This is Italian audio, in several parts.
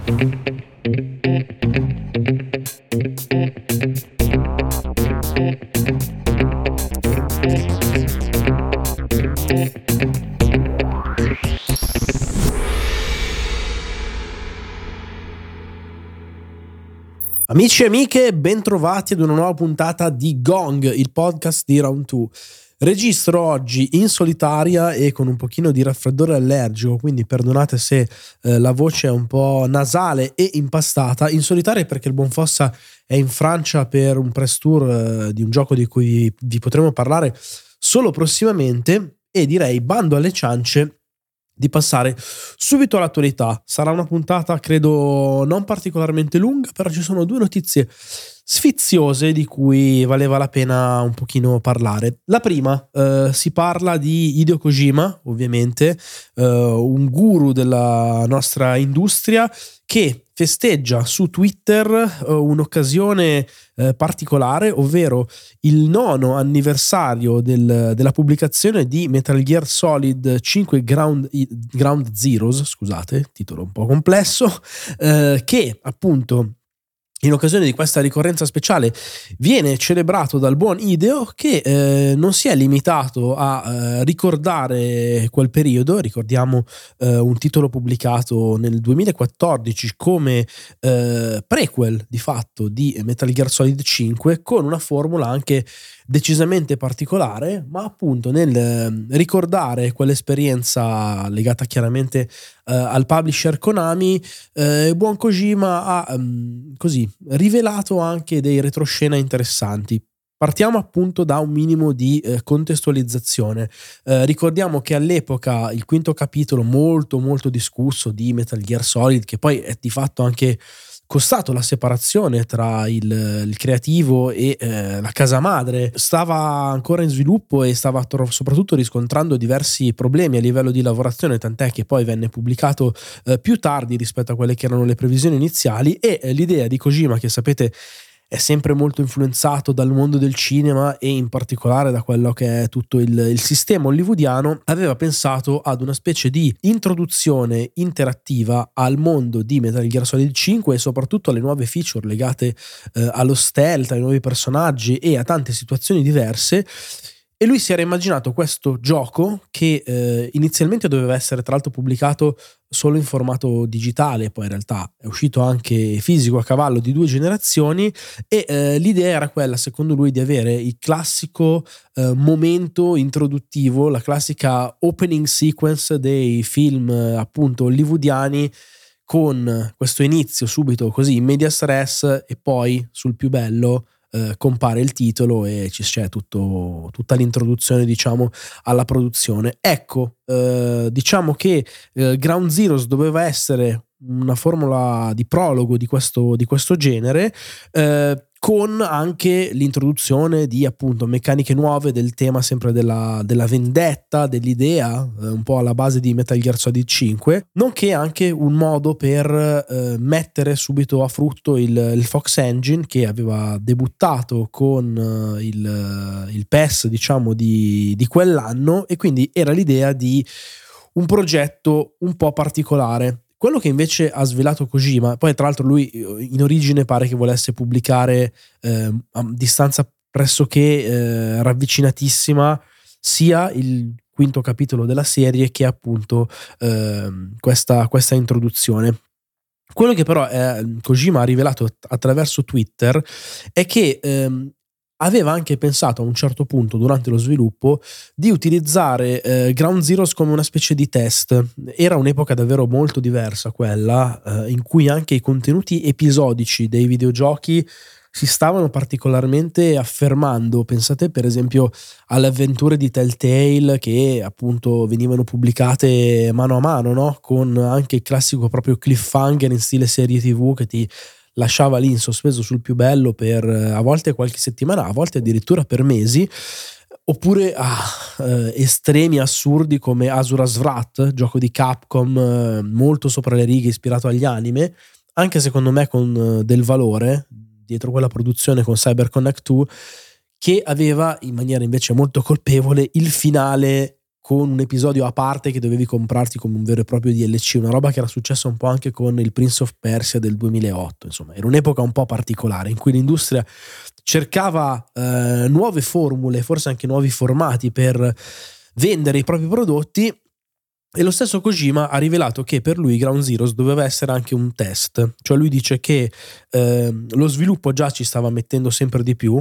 Amici e amiche, bentrovati ad una nuova puntata di Gong, il podcast di Round 2. Registro oggi in solitaria e con un pochino di raffreddore allergico, quindi perdonate se la voce è un po' nasale e impastata. In solitaria perché il buon Fossa è in Francia per un press tour di un gioco di cui vi potremo parlare solo prossimamente, e direi bando alle ciance di passare subito all'attualità. Sarà una puntata credo non particolarmente lunga, però ci sono due notizie sfiziose di cui valeva la pena un pochino parlare. La prima, si parla di Hideo Kojima, ovviamente, un guru della nostra industria che festeggia su Twitter un'occasione particolare, ovvero il 9° anniversario della pubblicazione di Metal Gear Solid 5 Ground Zeroes, scusate, titolo un po' complesso, che appunto in occasione di questa ricorrenza speciale viene celebrato dal buon Hideo, che non si è limitato a ricordare quel periodo. Ricordiamo un titolo pubblicato nel 2014 come prequel di fatto di Metal Gear Solid 5, con una formula anche decisamente particolare, ma appunto nel ricordare quell'esperienza legata chiaramente al publisher Konami, buon Kojima ha così rivelato anche dei retroscena interessanti. Partiamo appunto da un minimo di contestualizzazione. Ricordiamo che all'epoca il 5° capitolo molto molto discusso di Metal Gear Solid, che poi è di fatto anche costato la separazione tra il creativo e la casa madre, stava ancora in sviluppo e stava soprattutto riscontrando diversi problemi a livello di lavorazione, tant'è che poi venne pubblicato più tardi rispetto a quelle che erano le previsioni iniziali. E l'idea di Kojima, che sapete è sempre molto influenzato dal mondo del cinema e in particolare da quello che è tutto il sistema hollywoodiano, aveva pensato ad una specie di introduzione interattiva al mondo di Metal Gear Solid 5 e soprattutto alle nuove feature legate allo stealth, ai nuovi personaggi e a tante situazioni diverse. E lui si era immaginato questo gioco che inizialmente doveva essere tra l'altro pubblicato solo in formato digitale, poi in realtà è uscito anche fisico a cavallo di 2 generazioni, e l'idea era quella, secondo lui, di avere il classico momento introduttivo, la classica opening sequence dei film appunto hollywoodiani, con questo inizio subito così in medias res e poi sul più bello compare il titolo e c'è tutta l'introduzione, diciamo, alla produzione. Ecco, diciamo che Ground Zeroes doveva essere una formula di prologo di questo genere, con anche l'introduzione di appunto meccaniche nuove del tema sempre della vendetta, dell'idea un po' alla base di Metal Gear Solid 5, nonché anche un modo per mettere subito a frutto il Fox Engine, che aveva debuttato con il PES, diciamo, di quell'anno, e quindi era l'idea di un progetto un po' particolare. Quello che invece ha svelato Kojima, poi tra l'altro lui in origine pare che volesse pubblicare a distanza pressoché ravvicinatissima sia il 5° capitolo della serie che appunto questa introduzione. Quello che però Kojima ha rivelato attraverso Twitter è che aveva anche pensato a un certo punto durante lo sviluppo di utilizzare Ground Zeroes come una specie di test. Era un'epoca davvero molto diversa quella, in cui anche i contenuti episodici dei videogiochi si stavano particolarmente affermando. Pensate per esempio alle avventure di Telltale, che appunto venivano pubblicate mano a mano, no? Con anche il classico proprio cliffhanger in stile serie TV che ti lasciava lì in sospeso sul più bello per a volte qualche settimana, a volte addirittura per mesi, oppure estremi assurdi come Asura's Wrath, gioco di Capcom molto sopra le righe, ispirato agli anime, anche secondo me con del valore dietro quella produzione, con CyberConnect 2, che aveva in maniera invece molto colpevole il finale con un episodio a parte che dovevi comprarti come un vero e proprio DLC, una roba che era successa un po' anche con il Prince of Persia del 2008. Insomma, era un'epoca un po' particolare in cui l'industria cercava nuove formule, forse anche nuovi formati per vendere i propri prodotti. E lo stesso Kojima ha rivelato che per lui Ground Zeroes doveva essere anche un test, cioè lui dice che lo sviluppo già ci stava mettendo sempre di più,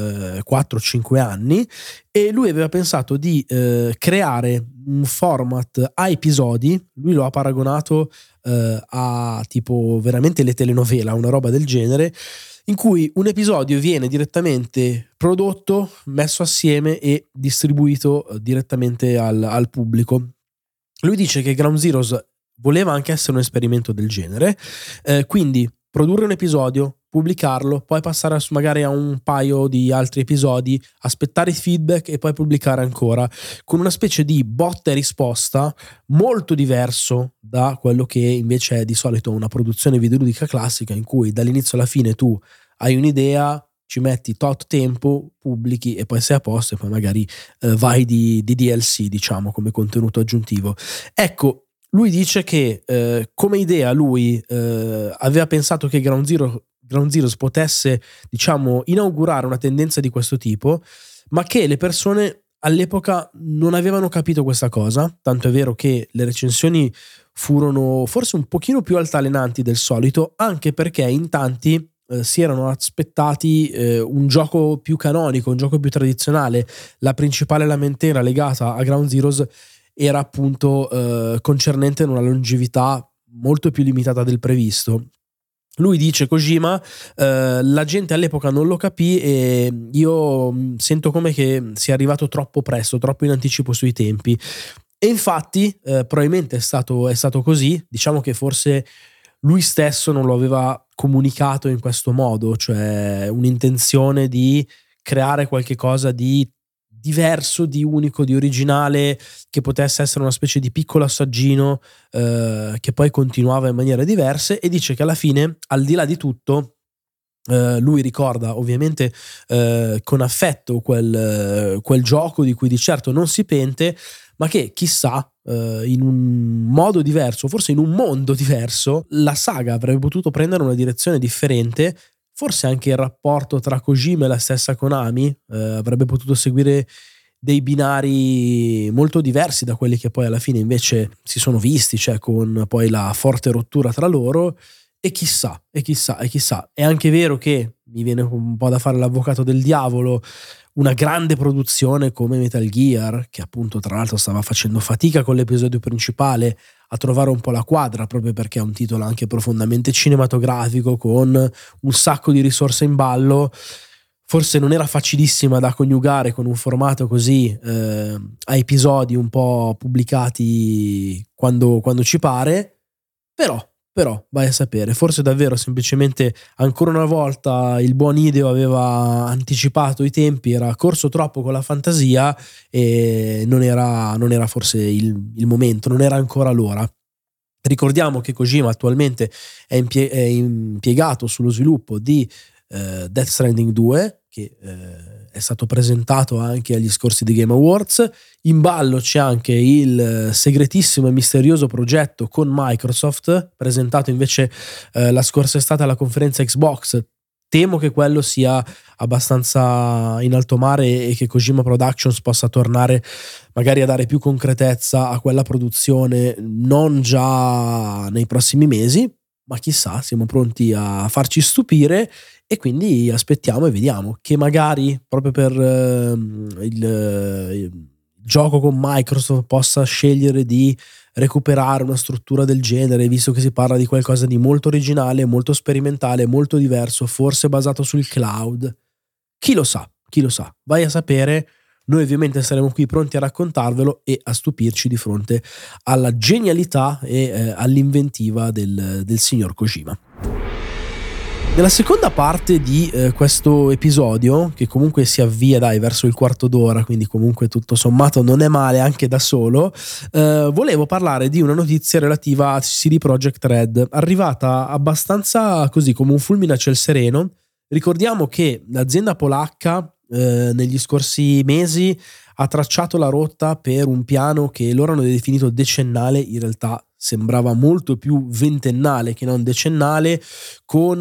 4-5 anni, e lui aveva pensato di creare un format a episodi. Lui lo ha paragonato a tipo veramente le telenovela, una roba del genere, in cui un episodio viene direttamente prodotto, messo assieme e distribuito direttamente al pubblico. Lui dice che Ground Zeroes voleva anche essere un esperimento del genere, quindi produrre un episodio, pubblicarlo, poi passare magari a un paio di altri episodi, aspettare i feedback e poi pubblicare ancora, con una specie di botta e risposta molto diverso da quello che invece è di solito una produzione videoludica classica, in cui dall'inizio alla fine tu hai un'idea, ci metti tot tempo, pubblichi e poi sei a posto e poi magari vai di DLC, diciamo, come contenuto aggiuntivo. Ecco, lui dice che come idea lui aveva pensato che Ground Zeroes potesse, diciamo, inaugurare una tendenza di questo tipo, ma che le persone all'epoca non avevano capito questa cosa, tanto è vero che le recensioni furono forse un pochino più altalenanti del solito, anche perché in tanti si erano aspettati un gioco più canonico, un gioco più tradizionale. La principale lamentela legata a Ground Zeroes era appunto concernente una longevità molto più limitata del previsto. Lui dice, Kojima, la gente all'epoca non lo capì e io sento come che sia arrivato troppo presto, troppo in anticipo sui tempi. E infatti probabilmente è stato così. Diciamo che forse lui stesso non lo aveva comunicato in questo modo, cioè un'intenzione di creare qualche cosa di diverso, di unico, di originale, che potesse essere una specie di piccolo assaggino che poi continuava in maniere diverse. E dice che alla fine, al di là di tutto, lui ricorda ovviamente con affetto quel gioco di cui di certo non si pente, ma che chissà in un modo diverso, forse in un mondo diverso, la saga avrebbe potuto prendere una direzione differente. Forse anche il rapporto tra Kojima e la stessa Konami avrebbe potuto seguire dei binari molto diversi da quelli che poi alla fine invece si sono visti, cioè con poi la forte rottura tra loro. E chissà. È anche vero che mi viene un po' da fare l'avvocato del diavolo, una grande produzione come Metal Gear, che appunto tra l'altro stava facendo fatica con l'episodio principale a trovare un po' la quadra, proprio perché è un titolo anche profondamente cinematografico, con un sacco di risorse in ballo, forse non era facilissima da coniugare con un formato così a episodi un po' pubblicati quando ci pare. Però vai a sapere, forse davvero semplicemente ancora una volta il buon Hideo aveva anticipato i tempi, era corso troppo con la fantasia e non era forse il momento, non era ancora l'ora. Ricordiamo che Kojima attualmente è impiegato sullo sviluppo di Death Stranding 2, che è stato presentato anche agli scorsi The Game Awards. In ballo c'è anche il segretissimo e misterioso progetto con Microsoft, presentato invece la scorsa estate alla conferenza Xbox. Temo che quello sia abbastanza in alto mare e che Kojima Productions possa tornare magari a dare più concretezza a quella produzione, non già nei prossimi mesi, ma chissà, siamo pronti a farci stupire. E quindi aspettiamo e vediamo che magari proprio per il gioco con Microsoft possa scegliere di recuperare una struttura del genere, visto che si parla di qualcosa di molto originale, molto sperimentale, molto diverso, forse basato sul cloud. Chi lo sa, vai a sapere. Noi ovviamente saremo qui pronti a raccontarvelo e a stupirci di fronte alla genialità e all'inventiva del signor Kojima. Nella seconda parte di questo episodio, che comunque si avvia verso il quarto d'ora, quindi comunque tutto sommato non è male anche da solo, volevo parlare di una notizia relativa a CD Projekt Red, arrivata abbastanza così come un fulmine a ciel sereno. Ricordiamo che l'azienda polacca negli scorsi mesi ha tracciato la rotta per un piano che loro hanno definito decennale, in realtà sembrava molto più ventennale che non decennale, con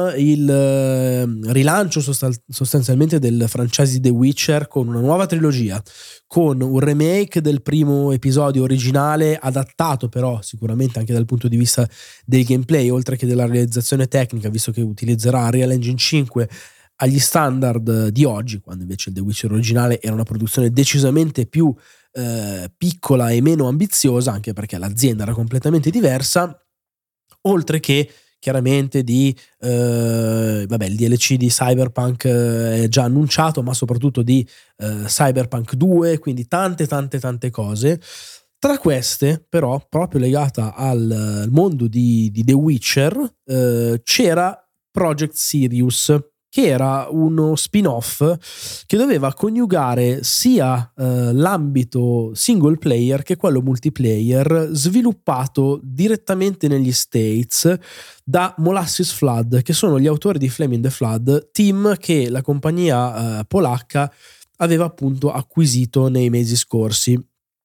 il rilancio sostanzialmente del franchise di The Witcher, con una nuova trilogia, con un remake del primo episodio originale adattato però sicuramente anche dal punto di vista del gameplay oltre che della realizzazione tecnica, visto che utilizzerà Unreal Engine 5 agli standard di oggi, quando invece il The Witcher originale era una produzione decisamente più piccola e meno ambiziosa, anche perché l'azienda era completamente diversa, oltre che chiaramente di il DLC di Cyberpunk è già annunciato, ma soprattutto di Cyberpunk 2, quindi tante cose. Tra queste, però, proprio legata al mondo di The Witcher, c'era Project Sirius, che era uno spin-off che doveva coniugare sia l'ambito single player che quello multiplayer, sviluppato direttamente negli States da Molasses Flood, che sono gli autori di Flame in the Flood, team che la compagnia polacca aveva appunto acquisito nei mesi scorsi.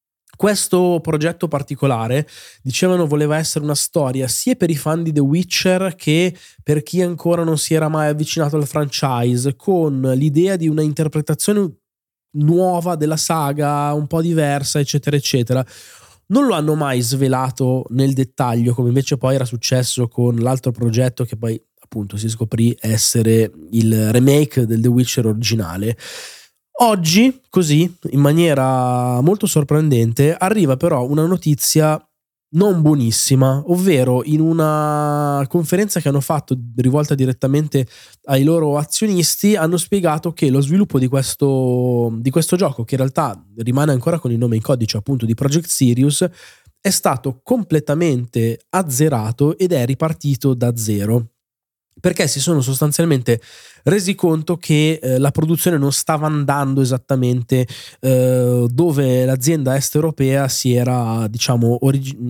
Questo progetto particolare, dicevano, voleva essere una storia sia per i fan di The Witcher che per chi ancora non si era mai avvicinato al franchise, con l'idea di una interpretazione nuova della saga, un po' diversa, eccetera, eccetera. Non lo hanno mai svelato nel dettaglio, come invece poi era successo con l'altro progetto che poi appunto si scoprì essere il remake del The Witcher originale. Oggi, così, in maniera molto sorprendente, arriva però una notizia non buonissima, ovvero in una conferenza che hanno fatto rivolta direttamente ai loro azionisti, hanno spiegato che lo sviluppo di questo gioco, che in realtà rimane ancora con il nome in codice appunto di Project Sirius, è stato completamente azzerato ed è ripartito da zero, perché si sono sostanzialmente resi conto che la produzione non stava andando esattamente dove l'azienda est europea si era, diciamo,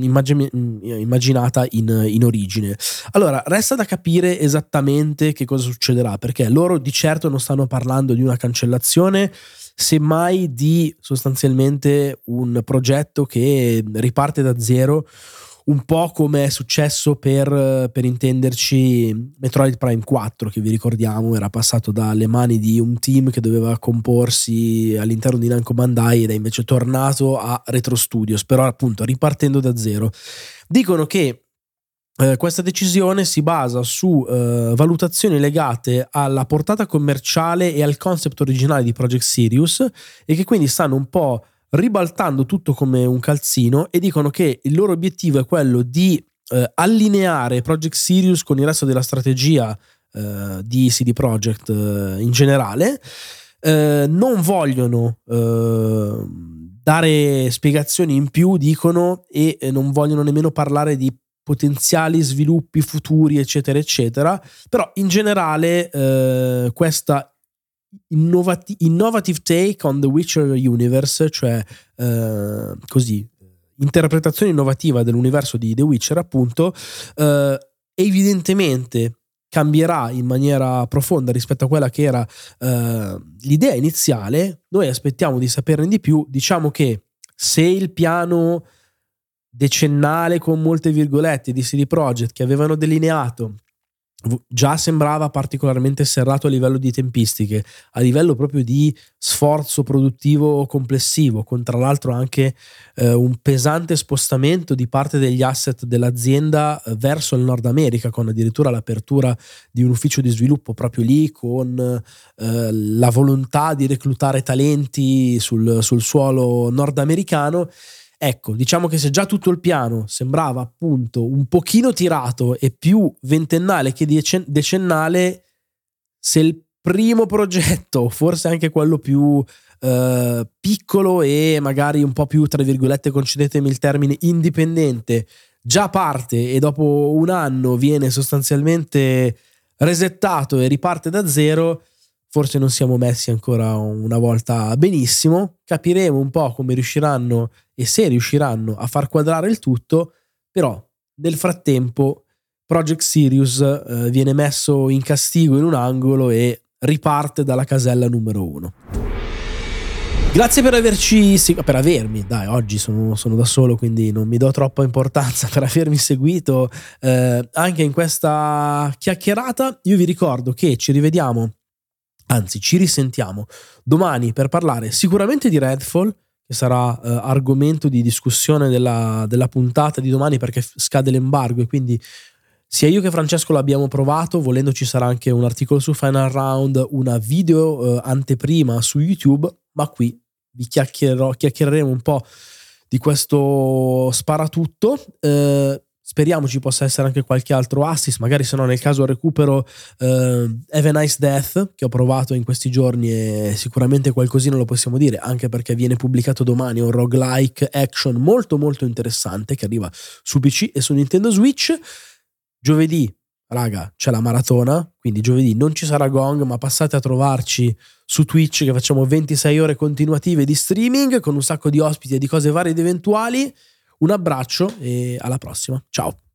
immaginata in origine. Allora, resta da capire esattamente che cosa succederà, perché loro di certo non stanno parlando di una cancellazione, semmai di sostanzialmente un progetto che riparte da zero, un po' come è successo per intenderci Metroid Prime 4, che vi ricordiamo era passato dalle mani di un team che doveva comporsi all'interno di Namco Bandai ed è invece tornato a Retro Studios, però appunto ripartendo da zero. Dicono che questa decisione si basa su valutazioni legate alla portata commerciale e al concept originale di Project Sirius, e che quindi stanno un po' ribaltando tutto come un calzino, e dicono che il loro obiettivo è quello di allineare Project Sirius con il resto della strategia di CD Projekt in generale. Non vogliono dare spiegazioni in più, dicono, e non vogliono nemmeno parlare di potenziali sviluppi futuri, eccetera eccetera, però in generale questa innovative take on the Witcher universe, cioè così, interpretazione innovativa dell'universo di The Witcher appunto, evidentemente cambierà in maniera profonda rispetto a quella che era l'idea iniziale. Noi aspettiamo di saperne di più. Diciamo che se il piano decennale con molte virgolette di CD Projekt che avevano delineato già sembrava particolarmente serrato a livello di tempistiche, a livello proprio di sforzo produttivo complessivo, con tra l'altro anche un pesante spostamento di parte degli asset dell'azienda verso il Nord America, con addirittura l'apertura di un ufficio di sviluppo proprio lì, con la volontà di reclutare talenti sul suolo nordamericano. Ecco, diciamo che se già tutto il piano sembrava appunto un pochino tirato e più ventennale che decennale, se il primo progetto, forse anche quello più piccolo e magari un po' più, tra virgolette, concedetemi il termine, indipendente, già parte e dopo un anno viene sostanzialmente resettato e riparte da zero, forse non siamo messi ancora una volta benissimo. Capiremo un po' come riusciranno e se riusciranno a far quadrare il tutto, però nel frattempo Project Sirius viene messo in castigo in un angolo e riparte dalla casella numero 1. Grazie per avermi, dai, oggi sono da solo, quindi non mi do troppa importanza, per avermi seguito anche in questa chiacchierata. Io vi ricordo che ci risentiamo domani per parlare sicuramente di Redfall, che sarà argomento di discussione della puntata di domani, perché scade l'embargo e quindi sia io che Francesco l'abbiamo provato. Volendo ci sarà anche un articolo su Final Round, una video anteprima su YouTube, ma qui vi chiacchiereremo un po' di questo sparatutto. Speriamo ci possa essere anche qualche altro assist, magari se no nel caso recupero Have a Nice Death, che ho provato in questi giorni, e sicuramente qualcosina lo possiamo dire, anche perché viene pubblicato domani un roguelike action molto molto interessante che arriva su PC e su Nintendo Switch. Giovedì, raga, c'è la maratona, quindi giovedì non ci sarà Gong, ma passate a trovarci su Twitch, che facciamo 26 ore continuative di streaming con un sacco di ospiti e di cose varie ed eventuali. Un abbraccio e alla prossima. Ciao.